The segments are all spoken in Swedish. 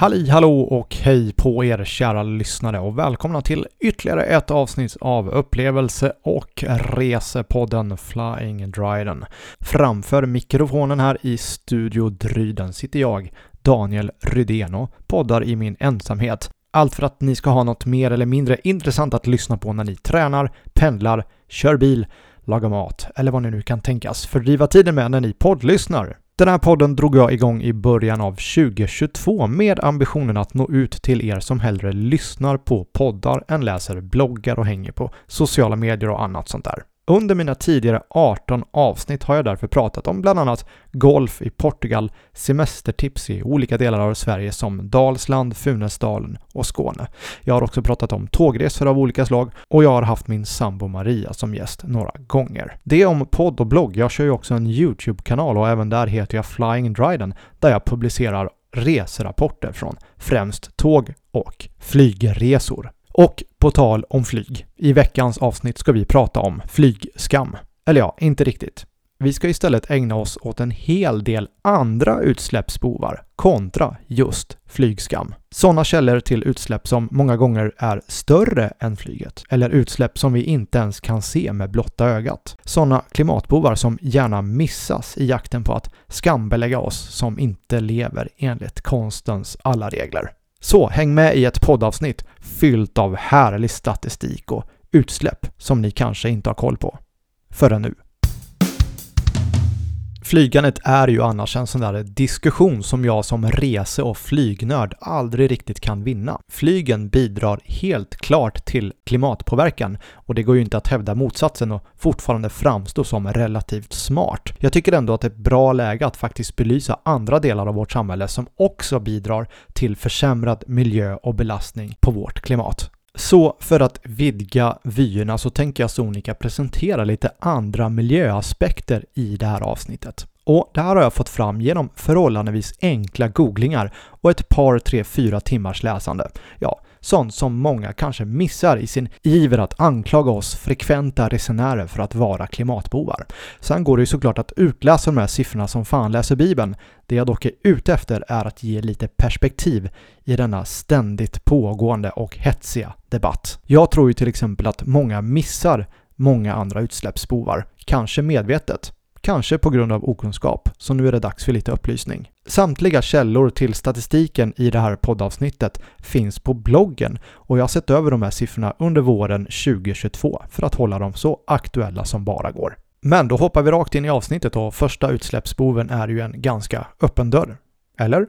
Hallå och hej på er kära lyssnare och välkomna till ytterligare ett avsnitt av upplevelse- och resepodden Flying Dryden. Framför mikrofonen här i Studio Dryden sitter jag, Daniel Rydén, och poddar i min ensamhet. Allt för att ni ska ha något mer eller mindre intressant att lyssna på när ni tränar, pendlar, kör bil, lagar mat eller vad ni nu kan tänkas fördriva tiden med när ni poddlyssnar. Den här podden drog jag igång i början av 2022 med ambitionen att nå ut till er som hellre lyssnar på poddar än läser bloggar och hänger på sociala medier och annat sånt där. Under mina tidigare 18 avsnitt har jag därför pratat om bland annat golf i Portugal, semestertips i olika delar av Sverige som Dalsland, Funäsdalen och Skåne. Jag har också pratat om tågresor av olika slag och jag har haft min sambo Maria som gäst några gånger. Det är om podd och blogg. Jag kör ju också en YouTube-kanal och även där heter jag Flying Dryden där jag publicerar reserapporter från främst tåg- och flygresor. Och på tal om flyg, i veckans avsnitt ska vi prata om flygskam. Eller ja, inte riktigt. Vi ska istället ägna oss åt en hel del andra utsläppsbovar kontra just flygskam. Sådana källor till utsläpp som många gånger är större än flyget. Eller utsläpp som vi inte ens kan se med blotta ögat. Sådana klimatbovar som gärna missas i jakten på att skambelägga oss som inte lever enligt konstens alla regler. Så häng med i ett poddavsnitt fyllt av härlig statistik och utsläpp som ni kanske inte har koll på. Förrän nu. Flygandet är ju annars en sån där diskussion som jag som rese- och flygnörd aldrig riktigt kan vinna. Flygen bidrar helt klart till klimatpåverkan och det går ju inte att hävda motsatsen och fortfarande framstå som relativt smart. Jag tycker ändå att det är ett bra läge att faktiskt belysa andra delar av vårt samhälle som också bidrar till försämrad miljö och belastning på vårt klimat. Så för att vidga vyerna så tänker jag sonika presentera lite andra miljöaspekter i det här avsnittet. Och det här har jag fått fram genom förhållandevis enkla googlingar och ett par 3-4 timmars läsande. Ja, sånt som många kanske missar i sin iver att anklaga oss frekventa resenärer för att vara klimatbovar. Sen går det ju såklart att utläsa de här siffrorna som fan läser Bibeln. Det jag dock är ute efter är att ge lite perspektiv i denna ständigt pågående och hetsiga debatt. Jag tror ju till exempel att många missar många andra utsläppsbovar, kanske medvetet. Kanske på grund av okunskap, så nu är det dags för lite upplysning. Samtliga källor till statistiken i det här poddavsnittet finns på bloggen och jag har sett över de här siffrorna under våren 2022 för att hålla dem så aktuella som bara går. Men då hoppar vi rakt in i avsnittet och första utsläppsboven är ju en ganska öppen dörr. Eller?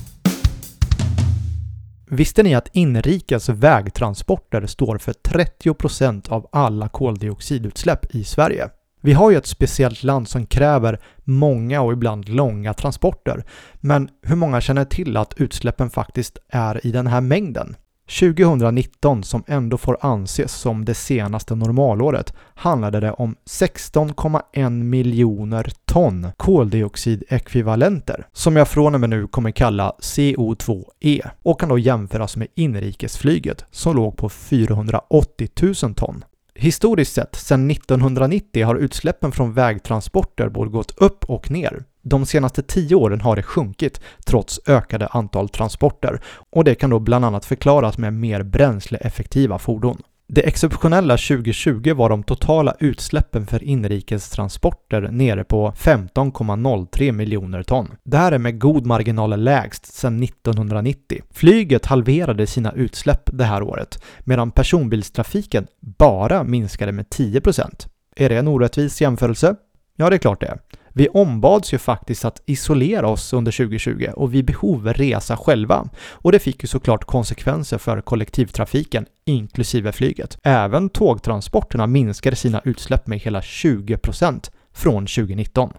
Visste ni att inrikes vägtransporter står för 30% av alla koldioxidutsläpp i Sverige? Vi har ju ett speciellt land som kräver många och ibland långa transporter. Men hur många känner till att utsläppen faktiskt är i den här mängden? 2019, som ändå får anses som det senaste normalåret, handlade det om 16,1 miljoner ton koldioxidekvivalenter som jag från och med nu kommer kalla CO2e och kan då jämföras med inrikesflyget som låg på 480 000 ton. Historiskt sett, sedan 1990 har utsläppen från vägtransporter både gått upp och ner. De senaste 10 åren har det sjunkit trots ökade antal transporter och det kan då bland annat förklaras med mer bränsleeffektiva fordon. Det exceptionella 2020 var de totala utsläppen för inrikestransporter nere på 15,03 miljoner ton. Det här är med god marginal lägst sedan 1990. Flyget halverade sina utsläpp det här året, medan personbilstrafiken bara minskade med 10%. Är det en orättvis jämförelse? Ja, det är klart det är. Vi ombads ju faktiskt att isolera oss under 2020 och vid behov resa själva. Och det fick ju såklart konsekvenser för kollektivtrafiken, inklusive flyget. Även tågtransporterna minskade sina utsläpp med hela 20% från 2019.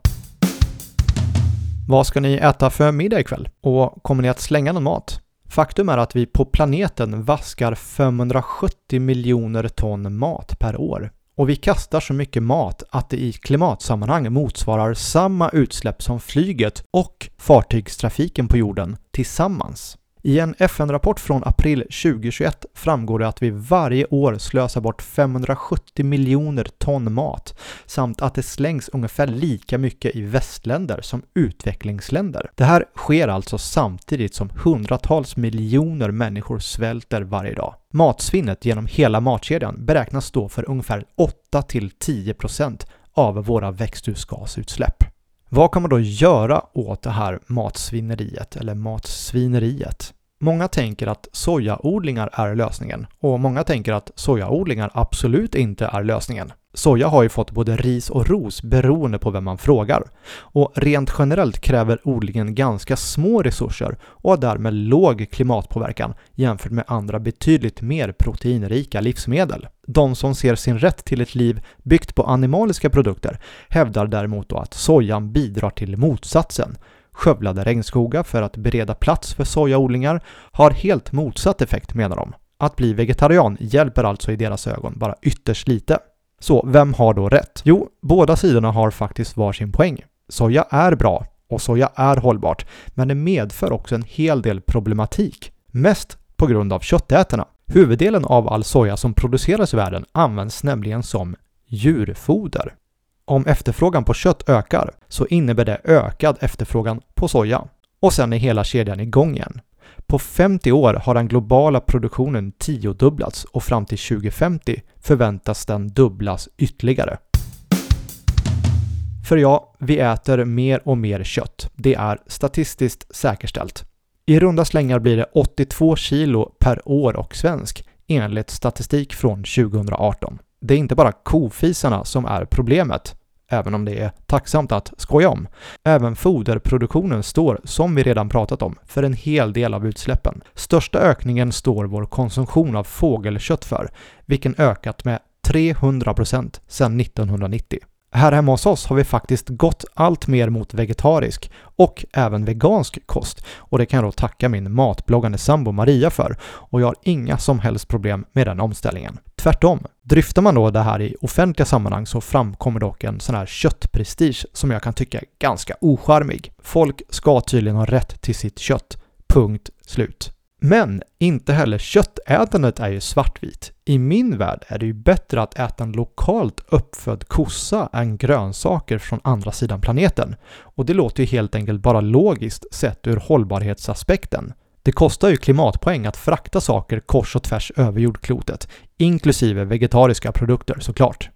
Vad ska ni äta för middag ikväll? Och kommer ni att slänga någon mat? Faktum är att vi på planeten vaskar 570 miljoner ton mat per år. Och vi kastar så mycket mat att det i klimatsammanhang motsvarar samma utsläpp som flyget och fartygstrafiken på jorden tillsammans. I en FN-rapport från april 2021 framgår det att vi varje år slösar bort 570 miljoner ton mat samt att det slängs ungefär lika mycket i västländer som utvecklingsländer. Det här sker alltså samtidigt som hundratals miljoner människor svälter varje dag. Matsvinnet genom hela matkedjan beräknas stå för ungefär 8-10% av våra växthusgasutsläpp. Vad kan man då göra åt det här matsvinneriet eller matsvineriet? Många tänker att sojaodlingar är lösningen och många tänker att sojaodlingar absolut inte är lösningen. Soja har ju fått både ris och ros beroende på vem man frågar. Och rent generellt kräver odlingen ganska små resurser och har därmed låg klimatpåverkan jämfört med andra betydligt mer proteinrika livsmedel. De som ser sin rätt till ett liv byggt på animaliska produkter hävdar däremot då att sojan bidrar till motsatsen. Skövlade regnskogar för att bereda plats för sojaodlingar har helt motsatt effekt, menar de. Att bli vegetarian hjälper alltså i deras ögon bara ytterst lite. Så vem har då rätt? Jo, båda sidorna har faktiskt varsin poäng. Soja är bra och soja är hållbart, men det medför också en hel del problematik. Mest på grund av köttätarna. Huvuddelen av all soja som produceras i världen används nämligen som djurfoder. Om efterfrågan på kött ökar så innebär det ökad efterfrågan på soja. Och sen är hela kedjan igång igen. På 50 år har den globala produktionen 10-dubblats och fram till 2050 förväntas den dubblas ytterligare. För ja, vi äter mer och mer kött. Det är statistiskt säkerställt. I runda slängar blir det 82 kilo per år och svensk enligt statistik från 2018. Det är inte bara kofisarna som är problemet, även om det är tacksamt att skoja om. Även foderproduktionen står, som vi redan pratat om, för en hel del av utsläppen. Största ökningen står vår konsumtion av fågelkött för, vilken ökat med 300% sedan 1990. Här hemma hos oss har vi faktiskt gått allt mer mot vegetarisk och även vegansk kost, och det kan jag då tacka min matbloggande sambo Maria för, och jag har inga som helst problem med den omställningen. Tvärtom, dryftar man då det här i offentliga sammanhang så framkommer dock en sån här köttprestige som jag kan tycka är ganska ocharmig. Folk ska tydligen ha rätt till sitt kött. Punkt slut. Men inte heller köttätandet är ju svartvit. I min värld är det ju bättre att äta en lokalt uppfödd kossa än grönsaker från andra sidan planeten. Och det låter ju helt enkelt bara logiskt sett ur hållbarhetsaspekten. Det kostar ju klimatpoäng att frakta saker kors och tvärs över jordklotet, inklusive vegetariska produkter såklart.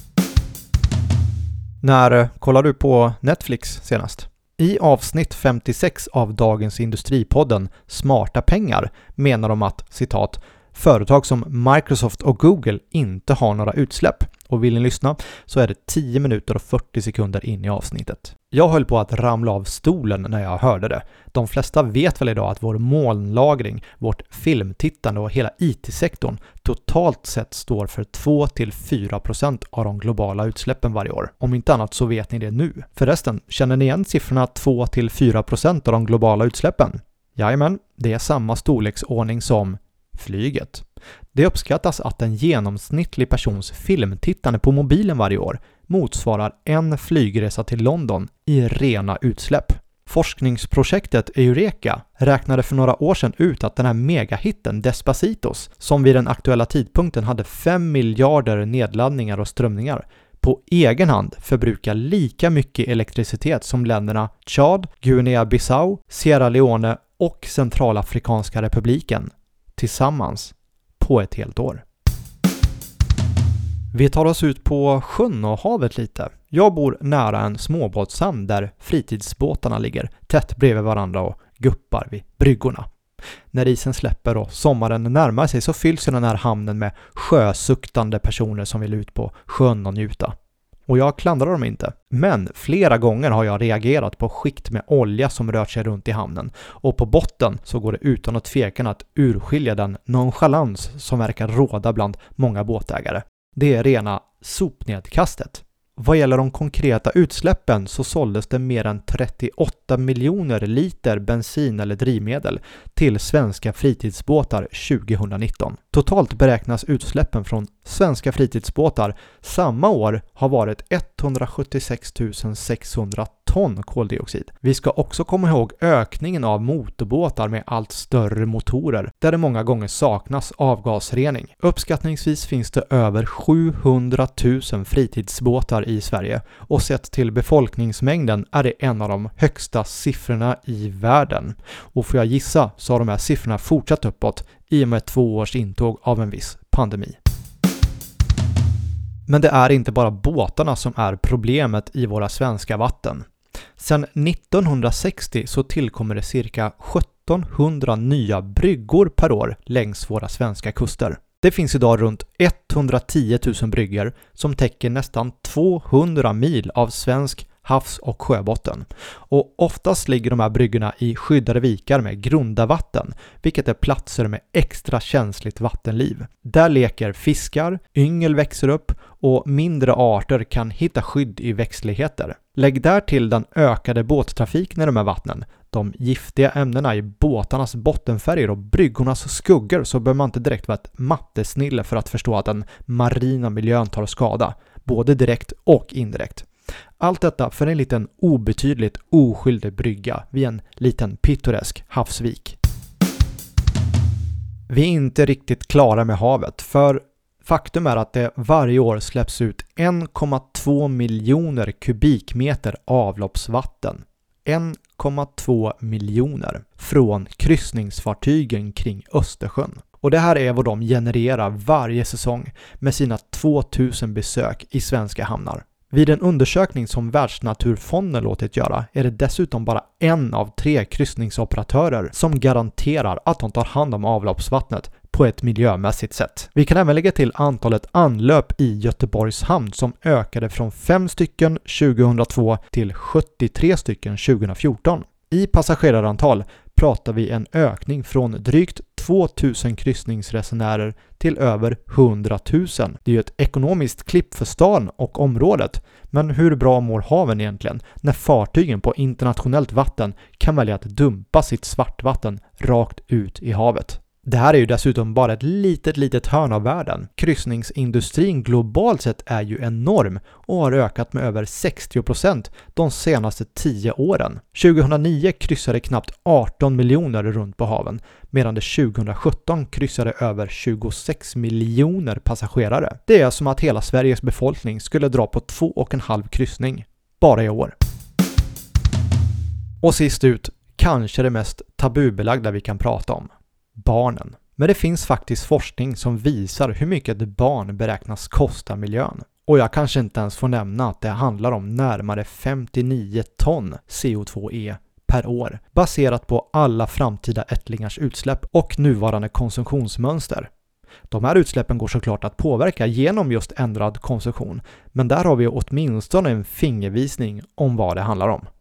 När kollade du på Netflix senast? I avsnitt 56 av Dagens Industripodden Smarta pengar menar de att, citat, företag som Microsoft och Google inte har några utsläpp. Och vill ni lyssna så är det 10 minuter och 40 sekunder in i avsnittet. Jag höll på att ramla av stolen när jag hörde det. De flesta vet väl idag att vår molnlagring, vårt filmtittande och hela IT-sektorn totalt sett står för 2-4% av de globala utsläppen varje år. Om inte annat så vet ni det nu. Förresten, känner ni igen siffrorna 2-4% av de globala utsläppen? Jajamän, det är samma storleksordning som flyget. Det uppskattas att en genomsnittlig persons filmtittande på mobilen varje år motsvarar en flygresa till London i rena utsläpp. Forskningsprojektet Eureka räknade för några år sedan ut att den här megahitten Despacitos, som vid den aktuella tidpunkten hade 5 miljarder nedladdningar och strömningar, på egen hand förbrukar lika mycket elektricitet som länderna Chad, Guinea-Bissau, Sierra Leone och Centralafrikanska republiken tillsammans på ett helt år. Vi tar oss ut på sjön och havet lite. Jag bor nära en småbåtshamn där fritidsbåtarna ligger tätt bredvid varandra och guppar vid bryggorna. När isen släpper och sommaren närmar sig så fylls den här hamnen med sjösuktande personer som vill ut på sjön och njuta. Och jag klandrar dem inte. Men flera gånger har jag reagerat på skikt med olja som rört sig runt i hamnen. Och på botten så går det utan att tvekan att urskilja den nonchalans som verkar råda bland många båtägare. Det är rena sopnedkastet. Vad gäller de konkreta utsläppen så såldes det mer än 38 miljoner liter bensin eller drivmedel till svenska fritidsbåtar 2019. Totalt beräknas utsläppen från svenska fritidsbåtar samma år har varit 176 600 ton koldioxid. Vi ska också komma ihåg ökningen av motorbåtar med allt större motorer där det många gånger saknas avgasrening. Uppskattningsvis finns det över 700 000 fritidsbåtar i Sverige och sett till befolkningsmängden är det en av de högsta siffrorna i världen. Och får jag gissa så har de här siffrorna fortsatt uppåt i och med 2 års intåg av en viss pandemi. Men det är inte bara båtarna som är problemet i våra svenska vatten. Sedan 1960 så tillkommer det cirka 1700 nya bryggor per år längs våra svenska kuster. Det finns idag runt 110 000 bryggor som täcker nästan 200 mil av svensk havs- och sjöbotten. Och oftast ligger de här bryggorna i skyddade vikar med grunda vatten, vilket är platser med extra känsligt vattenliv. Där leker fiskar, yngel växer upp och mindre arter kan hitta skydd i växtligheter. Lägg där till den ökade båttrafiken i de här vattnen, de giftiga ämnena i båtarnas bottenfärger och bryggornas skuggor, så behöver man inte direkt vara ett mattesnille för att förstå att den marina miljön tar skada, både direkt och indirekt. Allt detta för en liten obetydligt oskyldig brygga vid en liten pittoresk havsvik. Vi är inte riktigt klara med havet, för faktum är att det varje år släpps ut 1,2 miljoner kubikmeter avloppsvatten. 1,2 miljoner från kryssningsfartygen kring Östersjön. Och det här är vad de genererar varje säsong med sina 2000 besök i svenska hamnar. Vid en undersökning som Världsnaturfonden låtit göra är det dessutom bara 1 av 3 kryssningsoperatörer som garanterar att de tar hand om avloppsvattnet på ett miljömässigt sätt. Vi kan även lägga till antalet anlöp i Göteborgs hamn som ökade från 5 stycken 2002 till 73 stycken 2014. I passagerarantal pratar vi en ökning från drygt 2000 kryssningsresenärer till över 100 000. Det är ju ett ekonomiskt klipp för stan och området. Men hur bra mår haven egentligen när fartygen på internationellt vatten kan välja att dumpa sitt svartvatten rakt ut i havet? Det här är ju dessutom bara ett litet hörn av världen. Kryssningsindustrin globalt sett är ju enorm och har ökat med över 60% de senaste 10 åren. 2009 kryssade knappt 18 miljoner runt på haven, medan det 2017 kryssade över 26 miljoner passagerare. Det är som att hela Sveriges befolkning skulle dra på 2,5 kryssning bara i år. Och sist ut, kanske det mest tabubelagda vi kan prata om. Barnen. Men det finns faktiskt forskning som visar hur mycket ett barn beräknas kosta miljön. Och jag kanske inte ens får nämna att det handlar om närmare 59 ton CO2e per år, baserat på alla framtida ättlingars utsläpp och nuvarande konsumtionsmönster. De här utsläppen går såklart att påverka genom just ändrad konsumtion, men där har vi åtminstone en fingervisning om vad det handlar om.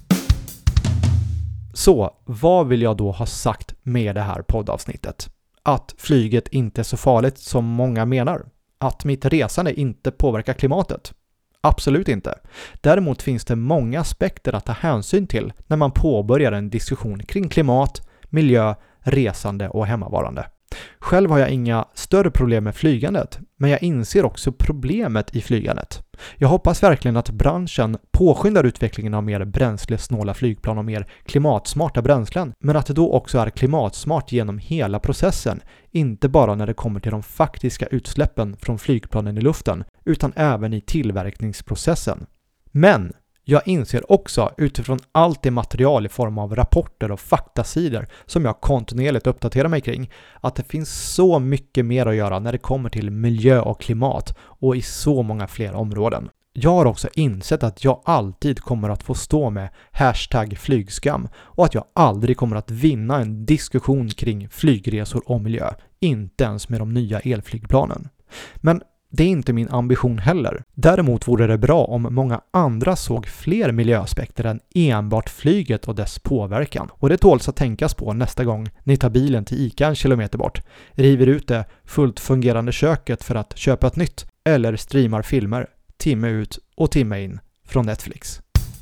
Så, vad vill jag då ha sagt med det här poddavsnittet? Att flyget inte är så farligt som många menar. Att mitt resande inte påverkar klimatet. Absolut inte. Däremot finns det många aspekter att ta hänsyn till när man påbörjar en diskussion kring klimat, miljö, resande och hemmavarande. Själv har jag inga större problem med flygandet, men jag inser också problemet i flygandet. Jag hoppas verkligen att branschen påskyndar utvecklingen av mer bränslesnåla flygplan och mer klimatsmarta bränslen, men att det då också är klimatsmart genom hela processen, inte bara när det kommer till de faktiska utsläppen från flygplanen i luften, utan även i tillverkningsprocessen. Men jag inser också utifrån allt det material i form av rapporter och faktasidor som jag kontinuerligt uppdaterar mig kring att det finns så mycket mer att göra när det kommer till miljö och klimat och i så många fler områden. Jag har också insett att jag alltid kommer att få stå med #flygskam och att jag aldrig kommer att vinna en diskussion kring flygresor och miljö, inte ens med de nya elflygplanen. Men det är inte min ambition heller. Däremot vore det bra om många andra såg fler miljöaspekter än enbart flyget och dess påverkan. Och det tåls att tänkas på nästa gång ni tar bilen till ICA en kilometer bort, river ut det fullt fungerande köket för att köpa ett nytt eller streamar filmer timme ut och timme in från Netflix.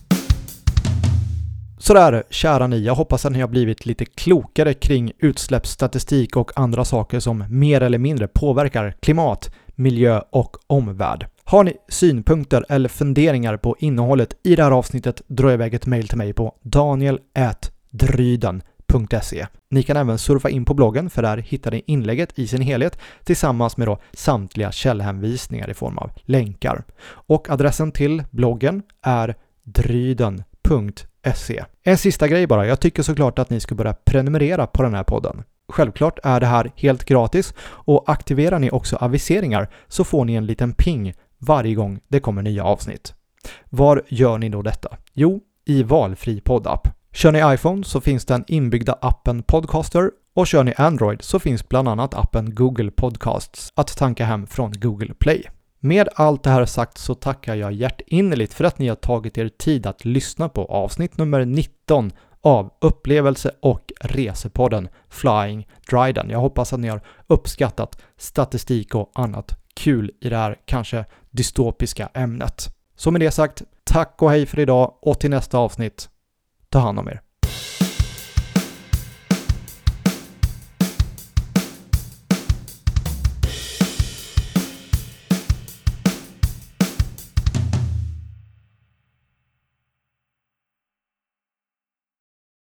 Sådär, kära ni, jag hoppas att ni har blivit lite klokare kring utsläppsstatistik och andra saker som mer eller mindre påverkar klimat, miljö och omvärld. Har ni synpunkter eller funderingar på innehållet i det här avsnittet, dra iväg ett mejl till mig på daniel@dryden.se. Ni kan även surfa in på bloggen, för där hittar ni inlägget i sin helhet tillsammans med samtliga källhänvisningar i form av länkar. Och adressen till bloggen är dryden.se. En sista grej bara, jag tycker såklart att ni ska börja prenumerera på den här podden. Självklart är det här helt gratis, och aktiverar ni också aviseringar så får ni en liten ping varje gång det kommer nya avsnitt. Var gör ni då detta? Jo, i valfri poddapp. Kör ni iPhone så finns den inbyggda appen Podcaster, och kör ni Android så finns bland annat appen Google Podcasts att tanka hem från Google Play. Med allt det här sagt så tackar jag hjärtinnerligt för att ni har tagit er tid att lyssna på avsnitt nummer 19 av upplevelse- och resepodden Flying Dryden. Jag hoppas att ni har uppskattat statistik och annat kul i det här kanske dystopiska ämnet. Så med det sagt, tack och hej för idag, och till nästa avsnitt, ta hand om er.